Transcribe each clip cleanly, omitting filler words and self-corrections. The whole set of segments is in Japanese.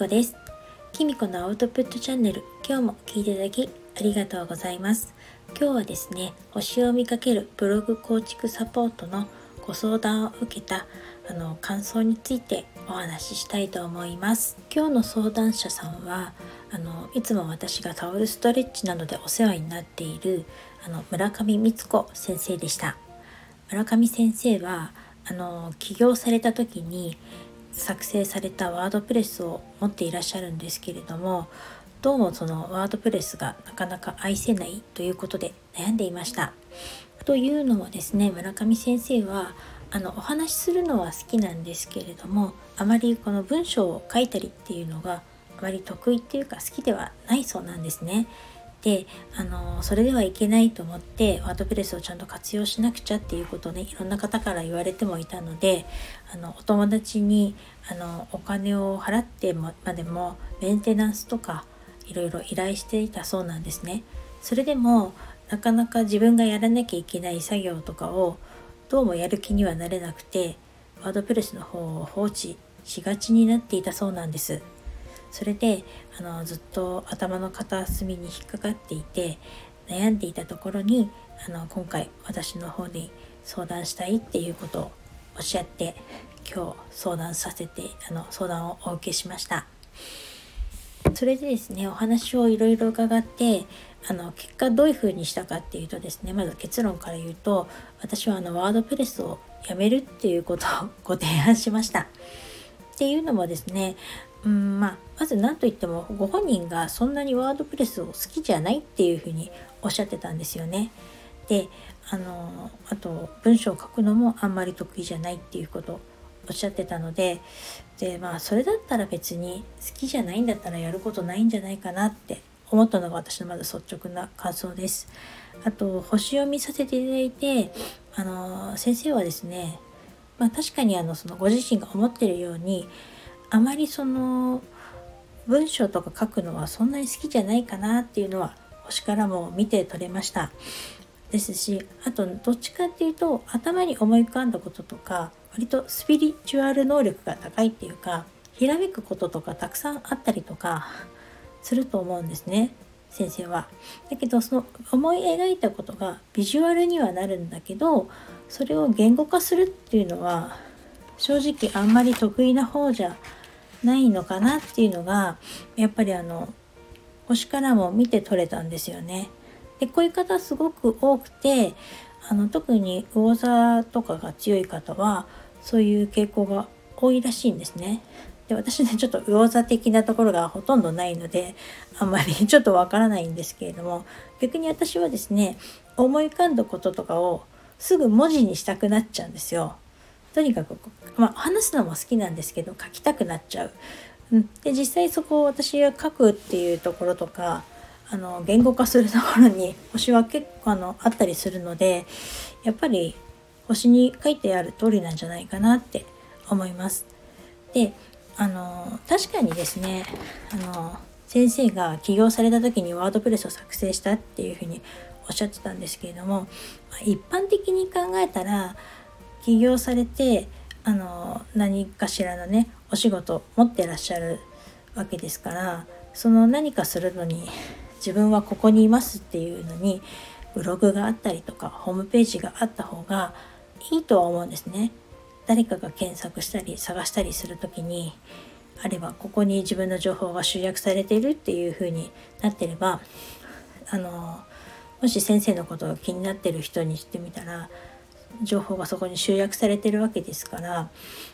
こです。きみこのアウトプットチャンネル、今日も聞いていただきありがとうございます。今日はですね、星を見かけるブログ構築サポートのご相談を受けた感想についてお話ししたいと思います。今日の相談者さんはいつも私がタオルストレッチなどでお世話になっている村上光子先生でした。村上先生は起業された時に作成されたワードプレスを持っていらっしゃるんですけれども、どうもそのワードプレスがなかなか愛せないということで悩んでいました。というのもですね、村上先生はお話しするのは好きなんですけれども、あまりこの文章を書いたりっていうのがあまり得意っていうか好きではないそうなんですね。で、それではいけないと思ってワードプレスをちゃんと活用しなくちゃっていうことをね、いろんな方から言われてもいたので、お友達にお金を払ってまでもメンテナンスとかいろいろ依頼していたそうなんですね。それでもなかなか自分がやらなきゃいけない作業とかをどうもやる気にはなれなくて、ワードプレスの方を放置しがちになっていたそうなんです。それでずっと頭の片隅に引っかかっていて悩んでいたところに今回私の方に相談したいっていうことをおっしゃって、今日相談をお受けしました。それでですね、お話をいろいろ伺って結果どういうふうにしたかっていうとですね、まず結論から言うと、私はワードプレスをやめるっていうことをご提案しました。っていうのもですね、まず何といってもご本人がそんなにワードプレスを好きじゃないっていうふうにおっしゃってたんですよね。で、あと文章を書くのもあんまり得意じゃないっていうことをおっしゃってたので、それだったら別に好きじゃないんだったらやることないんじゃないかなって思ったのが私のまず率直な感想です。あと星を見させていただいて、先生はですね、確かにそのご自身が思っているようにあまりその文章とか書くのはそんなに好きじゃないかなっていうのは星からも見て取れましたですし、あとどっちかっていうと頭に思い浮かんだこととか割とスピリチュアル能力が高いっていうか、ひらめくこととかたくさんあったりとかすると思うんですね、先生は。だけどその思い描いたことがビジュアルにはなるんだけど、それを言語化するっていうのは正直あんまり得意な方じゃないのかなっていうのがやっぱり星からも見て取れたんですよね。で、こういう方すごく多くて、特に魚座とかが強い方はそういう傾向が多いらしいんですね。で、私ねちょっと魚座的なところがほとんどないのであんまりちょっとわからないんですけれども、逆に私はですね、思い浮かんだこととかをすぐ文字にしたくなっちゃうんですよ。とにかく、話すのも好きなんですけど書きたくなっちゃう。で、実際そこを私が書くっていうところとか言語化するところに星は結構あったりするので、やっぱり星に書いてある通りなんじゃないかなって思います。で、確かにですね、先生が起業された時にワードプレスを作成したっていうふうにおっしゃってたんですけれども、一般的に考えたら起業されて何かしらのねお仕事を持ってらっしゃるわけですから、その何かするのに自分はここにいますっていうのにブログがあったりとかホームページがあった方がいいとは思うんですね。誰かが検索したり探したりするときにあればここに自分の情報が集約されているっていう風になってれば、もし先生のことが気になっている人にしてみたら情報がそこに集約されているわけですから、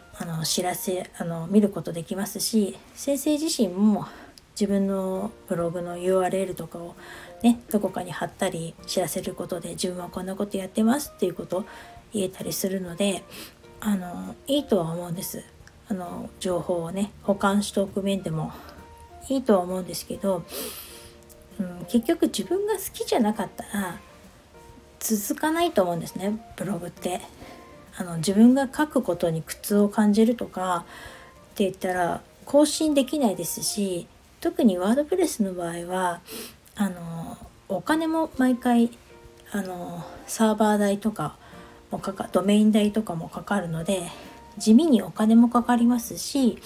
見ることできますし、先生自身も自分のブログの URL とかをねどこかに貼ったり知らせることで自分はこんなことやってますっていうことを言えたりするのでいいとは思うんです。情報をね保管しておく面でもいいとは思うんですけど、結局自分が好きじゃなかったら続かないと思うんですね、ブログって。自分が書くことに苦痛を感じるとかって言ったら更新できないですし、特にワードプレスの場合はお金も毎回サーバー代とかドメイン代とかもかかるので地味にお金もかかりますし、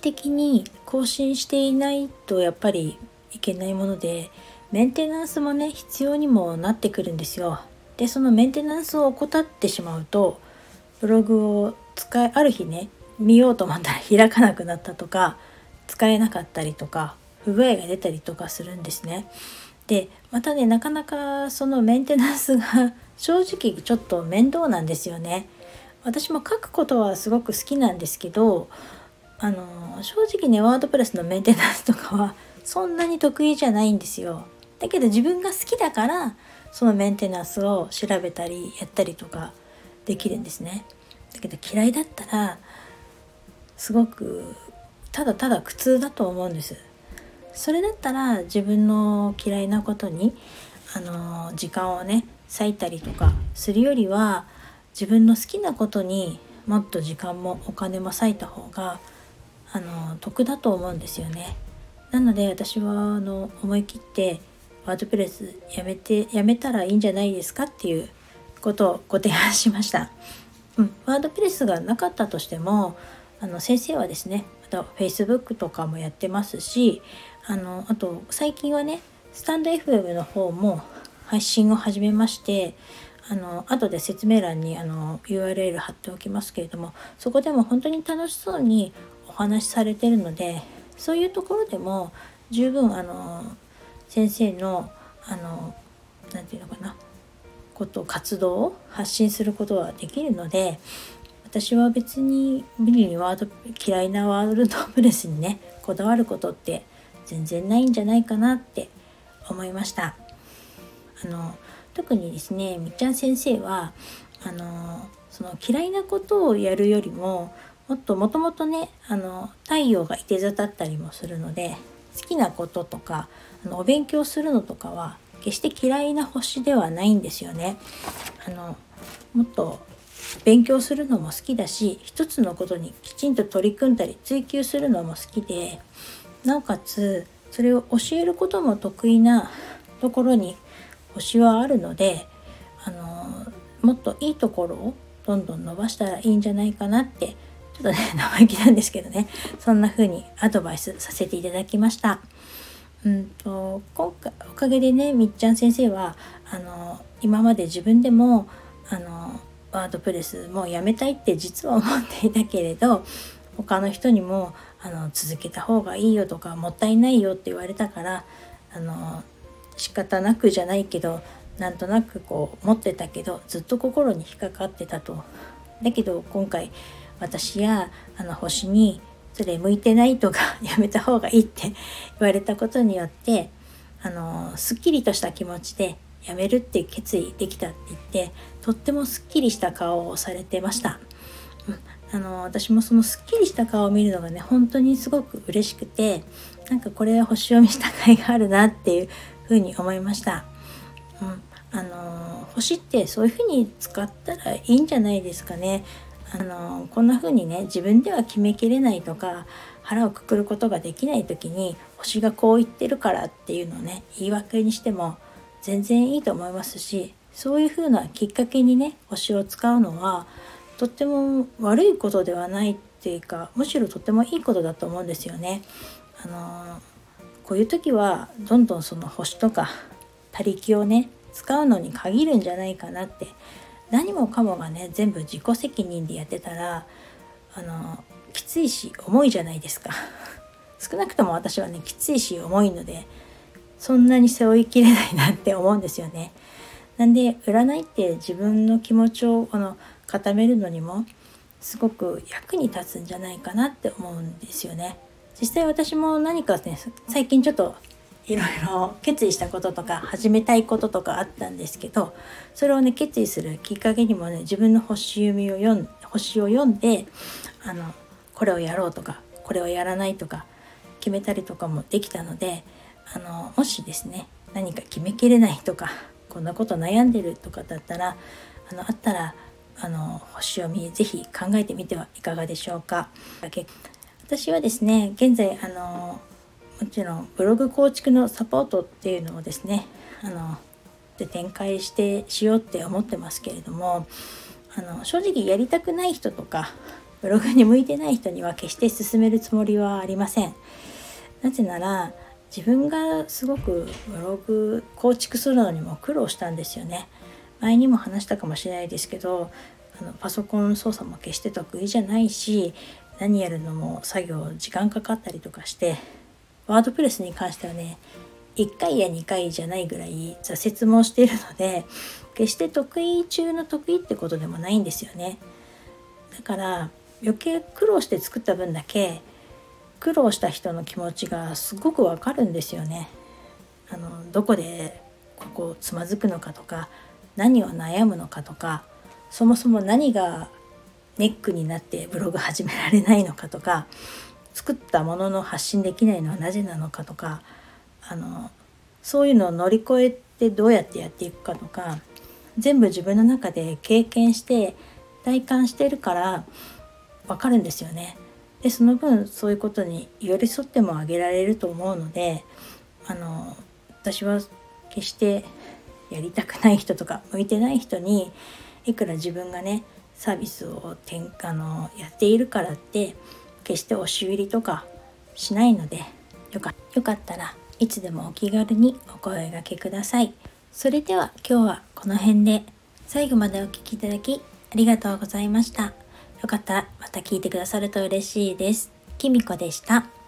的に更新していないとやっぱりいけないもので、メンテナンスもね必要にもなってくるんですよ。でそのメンテナンスを怠ってしまうと、ブログをある日ね見ようと思ったら開かなくなったとか、使えなかったりとか不具合が出たりとかするんですね。でまたね、なかなかそのメンテナンスが正直ちょっと面倒なんですよね。私も書くことはすごく好きなんですけど、正直ねワードプレスのメンテナンスとかはそんなに得意じゃないんですよ。だけど自分が好きだからそのメンテナンスを調べたりやったりとかできるんですね。だけど嫌いだったらすごくただただ苦痛だと思うんです。それだったら自分の嫌いなことに時間をね割いたりとかするよりは、自分の好きなことにもっと時間もお金も割いた方が得だと思うんですよね。なので私は思い切ってワードプレスやめたらいいんじゃないですかっていうことをご提案しました。ワードプレスがなかったとしても先生はですね、また Facebook とかもやってますし、あと最近はねスタンド FM の方も配信を始めまして、後で説明欄にURL 貼っておきますけれども、そこでも本当に楽しそうにお話しされてるので、そういうところでも十分先生のなんていうのかな活動を発信することはできるので、私は別に無理に嫌いなワードプレスにねこだわることって全然ないんじゃないかなって思いました。特にですね、みっちゃん先生はその嫌いなことをやるよりももともとね太陽がいて座だったりもするので、好きなこととかお勉強するのとかは決して嫌いな星ではないんですよね。もっと勉強するのも好きだし、一つのことにきちんと取り組んだり追求するのも好きで、なおかつそれを教えることも得意なところに星はあるので、もっといいところをどんどん伸ばしたらいいんじゃないかなって、ちょっとね生意気なんですけどね、そんな風にアドバイスさせていただきました。今回おかげでね、みっちゃん先生は今まで自分でもワードプレスもうやめたいって実は思っていたけれど、他の人にも続けた方がいいよとかもったいないよって言われたから仕方なくじゃないけどなんとなく持ってたけどずっと心に引っかかってたと。だけど今回私や星にそれ向いてないとかやめた方がいいって言われたことによってすっきりとした気持ちでやめるって決意できたって言ってとってもすっきりした顔をされてました。私もそのすっきりした顔を見るのがね本当にすごく嬉しくて、なんかこれは星を見した甲斐があるなっていうふうに思いました。星ってそういうふうに使ったらいいんじゃないですかね。こんな風にね自分では決めきれないとか腹をくくることができない時に星がこう言ってるからっていうのをね言い訳にしても全然いいと思いますし、そういう風なきっかけにね星を使うのはとっても悪いことではないっていうか、むしろとってもいいことだと思うんですよね。こういう時はどんどんその星とか他力をね使うのに限るんじゃないかなって。何もかもがね全部自己責任でやってたらきついし重いじゃないですか少なくとも私はねきついし重いのでそんなに背負いきれないなって思うんですよね。なんで占いって自分の気持ちを固めるのにもすごく役に立つんじゃないかなって思うんですよね。実際私も何かね最近ちょっといろいろ決意したこととか始めたいこととかあったんですけど、それをね決意するきっかけにもね自分の星を読んでこれをやろうとかこれをやらないとか決めたりとかもできたので、もしですね何か決めきれないとかこんなこと悩んでるとかだったらあったら星読みぜひ考えてみてはいかがでしょうか。私はですね現在もちろんブログ構築のサポートっていうのをですねで展開しようって思ってますけれども、正直やりたくない人とかブログに向いてない人には決して勧めるつもりはありません。なぜなら自分がすごくブログ構築するのにも苦労したんですよね。前にも話したかもしれないですけど、パソコン操作も決して得意じゃないし、何やるのも作業時間かかったりとかして、ワードプレスに関してはね1回や2回じゃないぐらい挫折もしているので、決して得意中の得意ってことでもないんですよね。だから余計苦労して作った分だけ苦労した人の気持ちがすごくわかるんですよね。どこでここつまずくのかとか、何を悩むのかとか、そもそも何がネックになってブログ始められないのかとか、作ったものの発信できないのはなぜなのかとか、そういうのを乗り越えてどうやってやっていくかとか、全部自分の中で経験して体感してるから分かるんですよね。でその分そういうことに寄り添ってもあげられると思うので、私は決してやりたくない人とか向いてない人にいくら自分がねサービスをやっているからって決して押し売りとかしないので、よかったらいつでもお気軽にお声掛けください。それでは今日はこの辺で、最後までお聞きいただきありがとうございました。よかったらまた聞いてくださると嬉しいです。きみこでした。